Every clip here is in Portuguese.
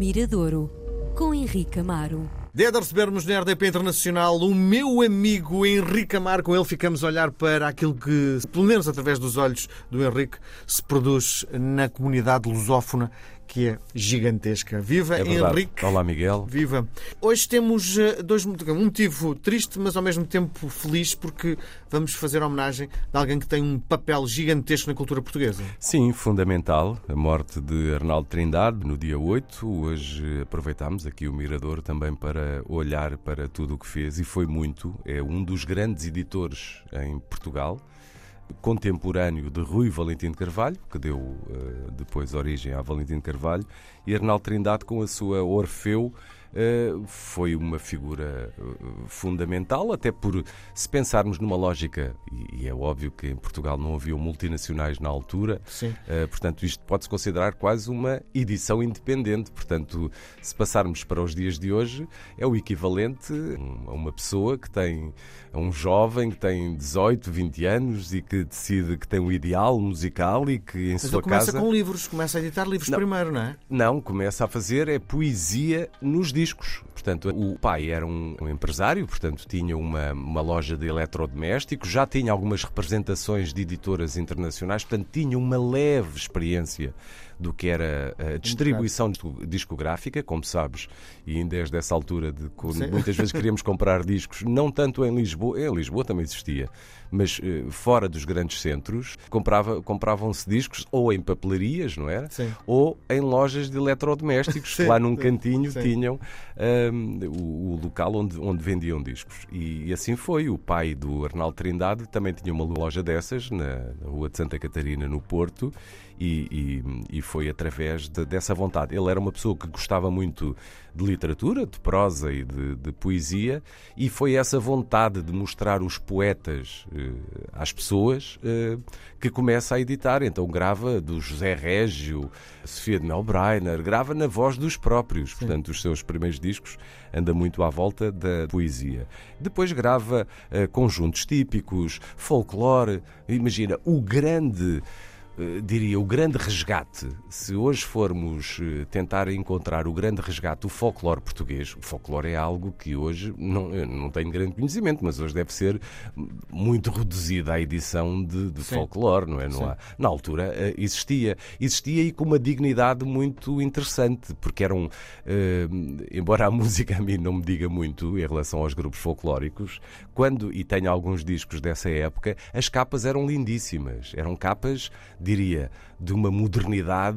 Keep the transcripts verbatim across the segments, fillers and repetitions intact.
Miradouro, com Henrique Amaro. Dia de recebermos na R D P Internacional o meu amigo Henrique Amaro. Com ele ficamos a olhar para aquilo que, pelo menos através dos olhos do Henrique, se produz na comunidade lusófona, que é gigantesca. Viva, é Henrique. Olá, Miguel. Viva. Hoje temos dois motivos. Um motivo triste, mas ao mesmo tempo feliz, porque vamos fazer homenagem de alguém que tem um papel gigantesco na cultura portuguesa. Sim, fundamental. A morte de Arnaldo Trindade, no dia oito. Hoje aproveitámos aqui o Miradouro também para olhar para tudo o que fez, e foi muito. É um dos grandes editores em Portugal, contemporâneo de Rui Valentim de Carvalho, que deu uh, depois origem a Valentim de Carvalho, e Arnaldo Trindade, com a sua Orfeu, uh, foi uma figura uh, fundamental, até por, se pensarmos numa lógica, e, e é óbvio que em Portugal não havia multinacionais na altura, uh, portanto isto pode-se considerar quase uma edição independente. Portanto, se passarmos para os dias de hoje, é o equivalente a uma pessoa que tem, a um jovem que tem dezoito, vinte anos e que decide que tem um ideal musical e que em Mas sua ele começa casa... com livros, começa a editar livros Não. primeiro, não é? Não, começa a fazer é poesia nos discos. Portanto, o pai era um, um empresário, portanto tinha uma, uma loja de eletrodomésticos, já tinha algumas representações de editoras internacionais, portanto tinha uma leve experiência do que era a distribuição discográfica, como sabes, e ainda desde essa altura de quando muitas vezes queríamos comprar discos, não tanto em Lisboa, em Lisboa também existia, mas uh, fora dos grandes centros, comprava, compravam-se discos ou em papelarias, não era? Sim. Ou em lojas de eletrodomésticos, Sim, lá num sim, cantinho sim. tinham um, o, o local onde, onde vendiam discos. E, e assim foi. O pai do Arnaldo Trindade também tinha uma loja dessas na, na Rua de Santa Catarina, no Porto, e, e, e foi através de, dessa vontade. Ele era uma pessoa que gostava muito de literatura, de prosa e de, de poesia, e foi essa vontade de mostrar os poetas eh, às pessoas eh, que começa a editar. Então grava do José Régio, Sofia de Melbreiner, grava na voz dos próprios. Sim. Portanto, os seus primeiros discos anda muito à volta da poesia. Depois grava eh, conjuntos típicos, folclore. Imagina, o grande... Uh, diria, o grande resgate. Se hoje formos uh, tentar encontrar o grande resgate do folclore português, o folclore é algo que hoje não, eu não tenho grande conhecimento, mas hoje deve ser muito reduzida a edição de, de folclore, não é? Não há, na altura uh, existia. Existia e com uma dignidade muito interessante, porque eram, uh, embora a música a mim não me diga muito em relação aos grupos folclóricos, quando, e tenho alguns discos dessa época, as capas eram lindíssimas. Eram capas, diria, de uma modernidade,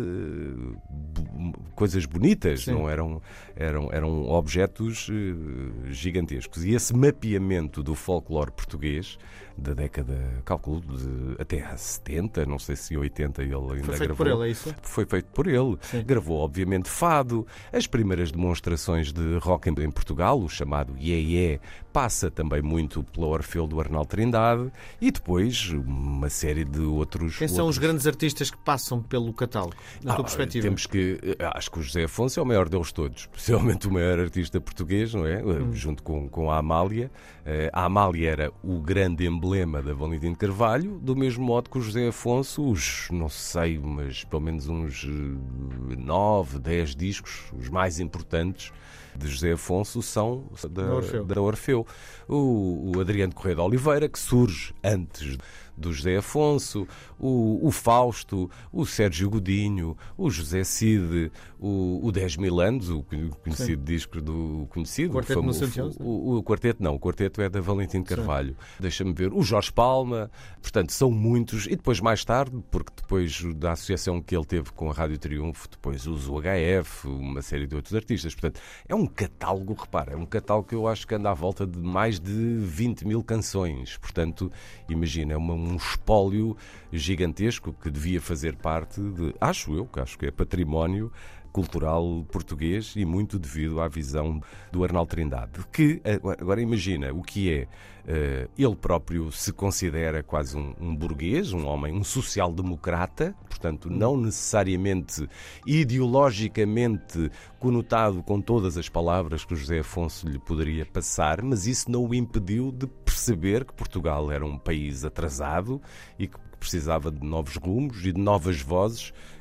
coisas bonitas. Sim. Não eram, eram, eram objetos uh, gigantescos. E esse mapeamento do folclore português da década, calculo, de, até a setenta, não sei se oitenta ele ainda Foi feito gravou. por ele, é isso? Foi feito por ele. Sim. Gravou, obviamente, fado. As primeiras demonstrações de rock em, em Portugal, o chamado Iê Iê, passa também muito pela Orfeu do Arnaldo Trindade, e depois uma série de outros... Quem são outros... os grandes artistas que passam pelo catálogo, na ah, tua perspectiva? Temos que... Acho que o José Afonso é o maior deles todos, possivelmente o maior artista português, não é? Hum. Junto com, com a Amália. A Amália era o grande emblema da Valentim de Carvalho, do mesmo modo que o José Afonso, os, não sei, mas pelo menos uns nove, dez discos, os mais importantes de José Afonso, são da, da Orfeu. Da Orfeu. O, o Adriano Correia de Oliveira, que surge antes do José Afonso, o, o Fausto, o Sérgio Godinho, o José Cid, o, o dez mil anos, o conhecido Sim. disco do conhecido. O Quarteto o, famo, o, o, o Quarteto não, o Quarteto é da Valentim de Carvalho. Deixa-me ver, o Jorge Palma, portanto, são muitos. E depois, mais tarde, porque depois da associação que ele teve com a Rádio Triunfo, depois usa o H F, uma série de outros artistas. Portanto, é um catálogo, repara, é um catálogo que eu acho que anda à volta de mais de vinte mil canções. Portanto, imagina, é uma, um espólio gigantesco que devia fazer parte de, acho eu, que acho que é património cultural português, e muito devido à visão do Arnaldo Trindade, que, agora imagina o que é, uh, ele próprio se considera quase um, um burguês, um homem, um social-democrata, portanto não necessariamente ideologicamente conotado com todas as palavras que o José Afonso lhe poderia passar, mas isso não o impediu de perceber que Portugal era um país atrasado e que precisava de novos rumos e de novas vozes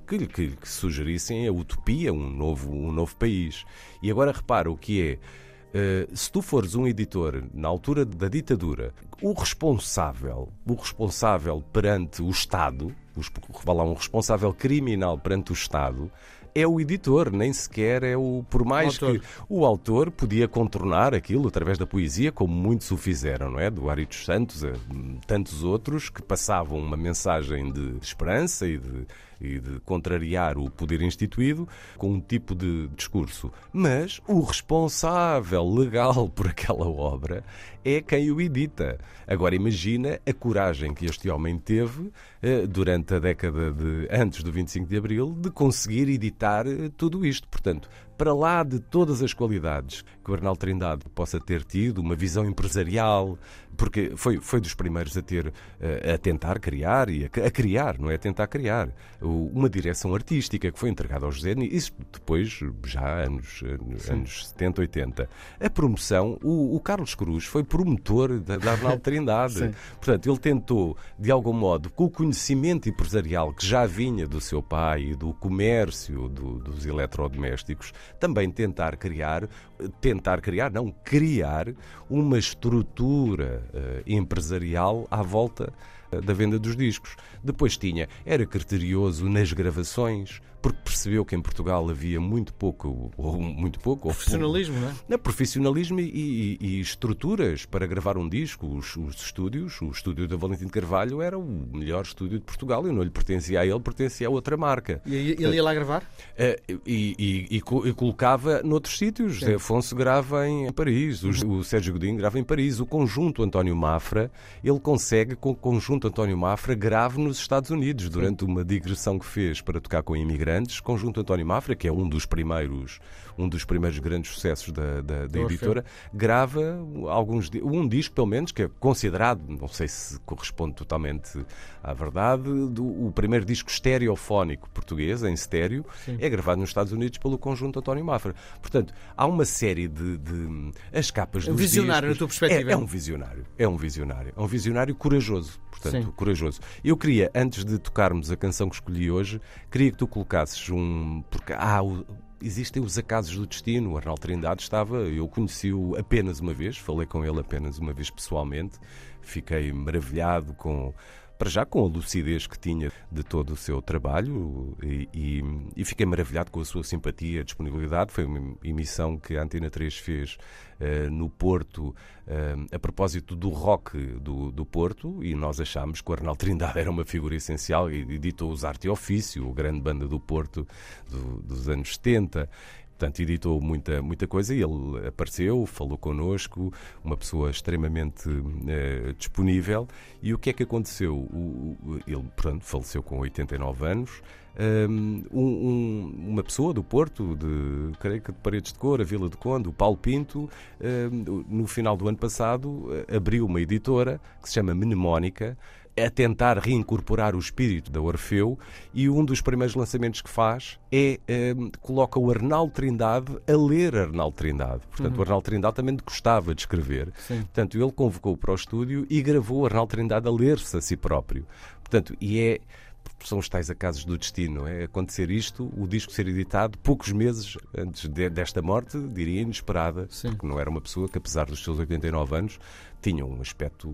que, que, que sugerissem a utopia, um novo, um novo país. E agora repara o que é. Uh, se tu fores um editor na altura da ditadura, o responsável, o responsável perante o Estado, os, vá lá, um responsável criminal perante o Estado, é o editor, nem sequer é o... Por mais o que o autor podia contornar aquilo através da poesia, como muitos o fizeram, não é? Do Ari dos Santos a tantos outros que passavam uma mensagem de esperança e de, e de contrariar o poder instituído com um tipo de discurso. Mas o responsável legal por aquela obra é quem o edita. Agora imagina a coragem que este homem teve eh, durante a década de antes do vinte e cinco de Abril de conseguir editar eh, tudo isto. Portanto, para lá de todas as qualidades que o Arnaldo Trindade possa ter tido, uma visão empresarial, porque foi, foi dos primeiros a ter, a tentar criar, e a, a criar, não é a tentar criar, uma direção artística que foi entregada ao José, isso depois, já anos, anos setenta, oitenta. A promoção, o, o Carlos Cruz foi promotor da, da Arnaldo Trindade. Portanto, ele tentou, de algum modo, com o conhecimento empresarial que já vinha do seu pai e do comércio do, dos eletrodomésticos, também tentar criar, tentar criar, não, criar uma estrutura uh, empresarial à volta uh, da venda dos discos. Depois tinha, era criterioso nas gravações, porque percebeu que em Portugal havia muito pouco, ou muito pouco, profissionalismo, ou, não é? Não, profissionalismo e, e, e estruturas para gravar um disco. Os, os estúdios, o estúdio da Valentim de Carvalho era o melhor estúdio de Portugal e não lhe pertencia a ele, pertencia a outra marca. E ele ia lá gravar? Uh, e, e, e, e colocava noutros sítios. José Afonso grava em Paris, o, o Sérgio Godinho grava em Paris, o Conjunto António Mafra, ele consegue com o Conjunto António Mafra grave nos Estados Unidos, durante uma digressão que fez para tocar com imigrantes. Conjunto António Mafra, que é um dos primeiros, um dos primeiros grandes sucessos da, da, da editora, grava alguns, um disco, pelo menos, que é considerado, não sei se corresponde totalmente à verdade, do, o primeiro disco estereofónico português, em estéreo, Sim. é gravado nos Estados Unidos pelo Conjunto António Mafra. Portanto, há uma série de... de as capas um dos visionário, discos, na tua perspectiva. É, é um visionário. É um visionário. É um visionário corajoso. Portanto, Sim. corajoso. Eu queria, antes de tocarmos a canção que escolhi hoje, queria que tu colocasses um... Porque há... Ah, existem os acasos do destino. O Arnaldo Trindade estava... Eu conheci-o apenas uma vez, falei com ele apenas uma vez pessoalmente. Fiquei maravilhado com... Para já com a lucidez que tinha de todo o seu trabalho e, e, e fiquei maravilhado com a sua simpatia, disponibilidade. Foi uma emissão que a Antena três fez uh, no Porto, uh, a propósito do rock do, do Porto, e nós achámos que o Arnaldo Trindade era uma figura essencial e editou os Arte e Ofício, a grande banda do Porto do, dos anos setenta. Portanto, editou muita, muita coisa e ele apareceu, falou connosco, uma pessoa extremamente eh, disponível. E o que é que aconteceu? O, o, ele, portanto, faleceu com oitenta e nove anos. Um, um, uma pessoa do Porto, de, creio que de Paredes de Cor, a Vila de Conde, o Paulo Pinto, um, no final do ano passado, abriu uma editora que se chama Mnemónica, a tentar reincorporar o espírito da Orfeu, e um dos primeiros lançamentos que faz é um, coloca o Arnaldo Trindade a ler Arnaldo Trindade. Portanto, uhum. o Arnaldo Trindade também gostava de escrever. Sim. Portanto, ele convocou para o estúdio e gravou o Arnaldo Trindade a ler-se a si próprio. Portanto, e é... São os tais acasos do destino. É acontecer isto, o disco ser editado poucos meses antes de, desta morte, diria inesperada, Sim. porque não era uma pessoa que, apesar dos seus oitenta e nove anos, tinha um aspecto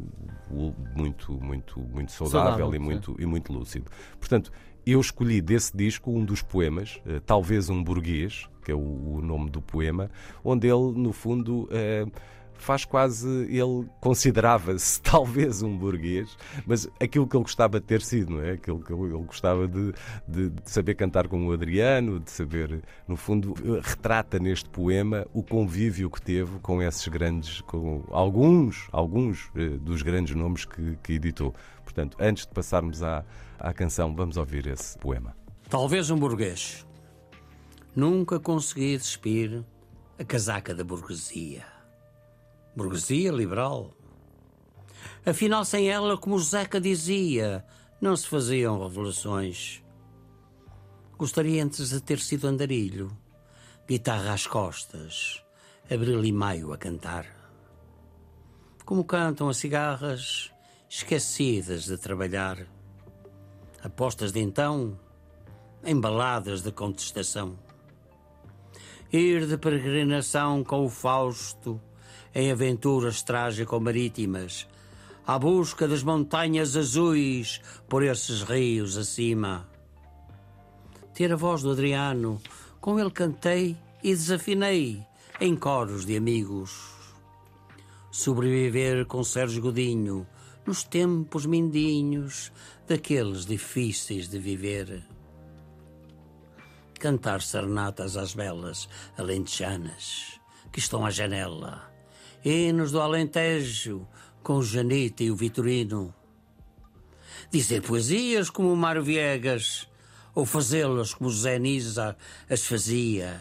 muito, muito, muito saudável, saudável e, muito, e muito lúcido. Portanto, eu escolhi desse disco um dos poemas, uh, talvez um burguês, que é o, o nome do poema, onde ele, no fundo... Uh, faz quase, ele considerava-se talvez um burguês, mas aquilo que ele gostava de ter sido, não é? Aquilo que ele gostava de, de, de saber cantar como o Adriano, de saber, no fundo, retrata neste poema o convívio que teve com esses grandes, com alguns, alguns eh, dos grandes nomes que, que editou. Portanto, antes de passarmos à, à canção, vamos ouvir esse poema. Talvez um burguês. Nunca consegui despir a casaca da burguesia. Burguesia liberal. Afinal, sem ela, como o Zeca dizia, não se faziam revoluções. Gostaria antes de ter sido andarilho, guitarra às costas, abril e maio a cantar. Como cantam as cigarras, esquecidas de trabalhar. Apostas de então, em baladas de contestação. Ir de peregrinação com o Fausto em aventuras trágico-marítimas, à busca das montanhas azuis por esses rios acima. Ter a voz do Adriano, com ele cantei e desafinei em coros de amigos. Sobreviver com Sérgio Godinho nos tempos mindinhos daqueles difíceis de viver. Cantar serenatas às belas alentejanas que estão à janela, hinos do Alentejo com o Janita e o Vitorino. Dizer poesias como o Mário Viegas ou fazê-las como o Zé Nisa as fazia.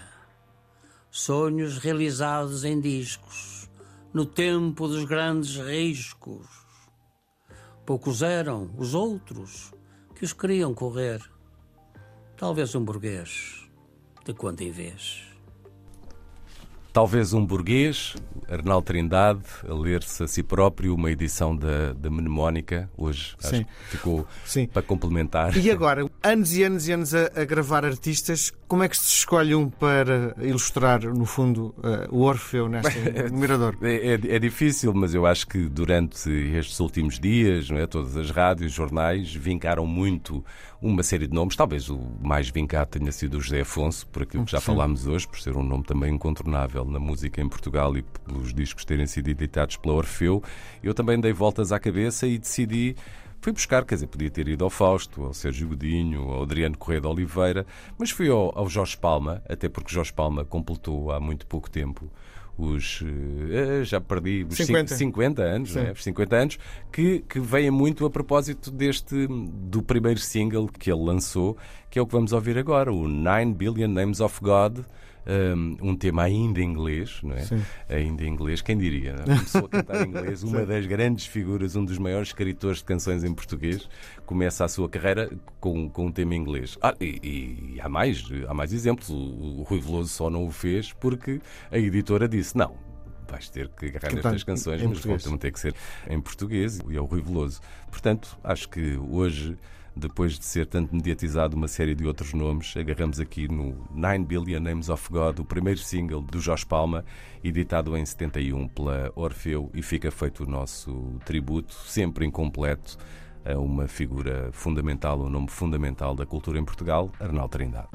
Sonhos realizados em discos no tempo dos grandes riscos. Poucos eram os outros que os queriam correr. Talvez um burguês, de quando em vez. Talvez um burguês, Arnaldo Trindade, a ler-se a si próprio, uma edição da, da Mnemónica, hoje acho Sim. que ficou Sim. para complementar. E agora, anos e anos e anos a, a gravar artistas, como é que se escolhe um para ilustrar, no fundo, uh, o Orfeu nesta, no Mirador? É, é, é difícil, mas eu acho que durante estes últimos dias, não é, todas as rádios, jornais, vincaram muito uma série de nomes. Talvez o mais vincado tenha sido o José Afonso, por aquilo que já Sim. falámos hoje, por ser um nome também incontornável na música em Portugal e pelos discos terem sido editados pela Orfeu. Eu também dei voltas à cabeça e decidi... Fui buscar, quer dizer, podia ter ido ao Fausto, ao Sérgio Godinho, ao Adriano Correia de Oliveira, mas fui ao, ao Jorge Palma, até porque Jorge Palma completou há muito pouco tempo os... Eh, já perdi os cinquenta. cinquenta anos, né? Os cinquenta anos, que, que vêm muito a propósito deste, do primeiro single que ele lançou, que é o que vamos ouvir agora, o Nine Billion Names of God, Um, um tema ainda em inglês, não é? Sim. Ainda em inglês, quem diria? Não? Começou a cantar em inglês, uma das grandes figuras, um dos maiores escritores de canções em português, começa a sua carreira com, com um tema em inglês. Ah, e, e há mais, há mais exemplos. O, o Rui Veloso só não o fez porque a editora disse: não, vais ter que agarrar Cantar nestas canções, em mas vão português. ter que ser em português, e é o Rui Veloso. Portanto, acho que hoje, depois de ser tanto mediatizado uma série de outros nomes, agarramos aqui no Nine Billion Names of God, o primeiro single do Jorge Palma, editado em setenta e um pela Orfeu, e fica feito o nosso tributo, sempre incompleto, a uma figura fundamental, um nome fundamental da cultura em Portugal, Arnaldo Trindade.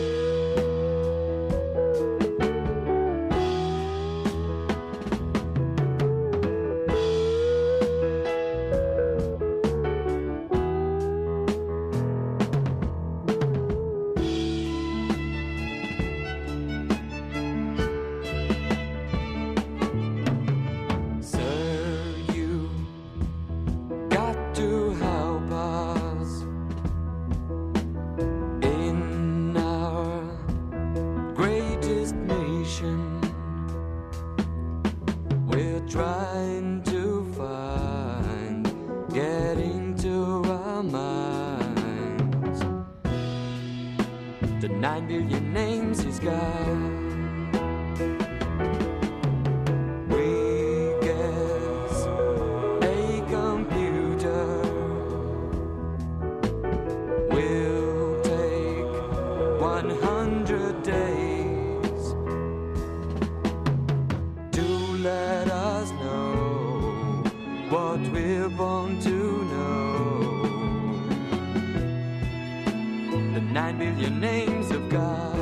Trying to find, getting to our minds, the nine billion names he's got. We guess a computer will take one hundred days to let us know what we're born to know. The nine billion names of God.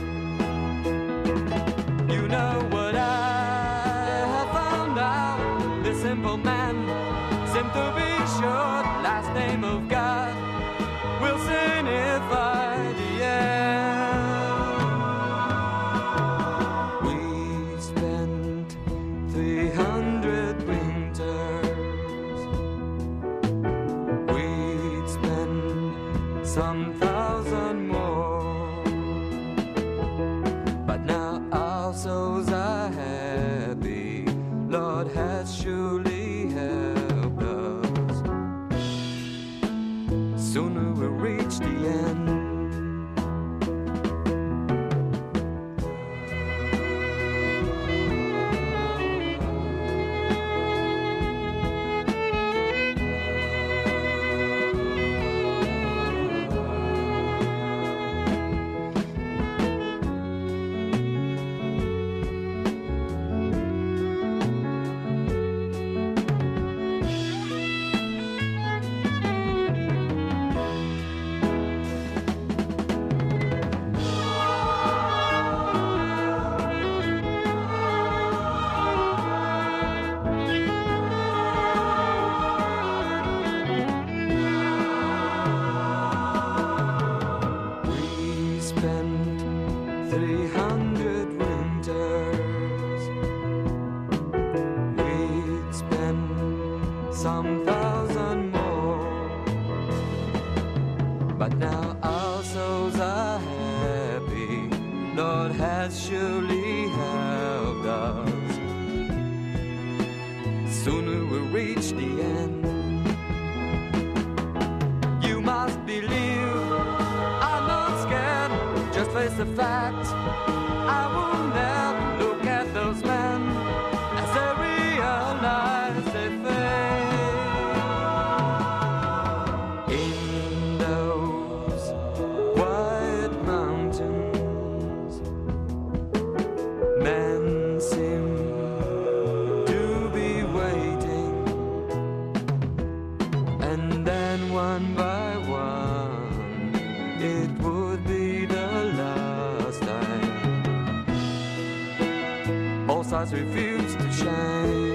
You know what I have found out? This simple man seemed to be sure the last name of God will signify the end. We spent three hundred winters. We'd spend some thousand more three hundred winters. We'd spend some thousand more, but now our souls are happy. Lord has surely helped us. Sooner we'll reach the end. You must believe I'm not scared. Just face the fact, I will never look at those men as they realize they fail. In those quiet mountains, men seem to be waiting, and then one by one it would be the last time. All stars refuse to shine.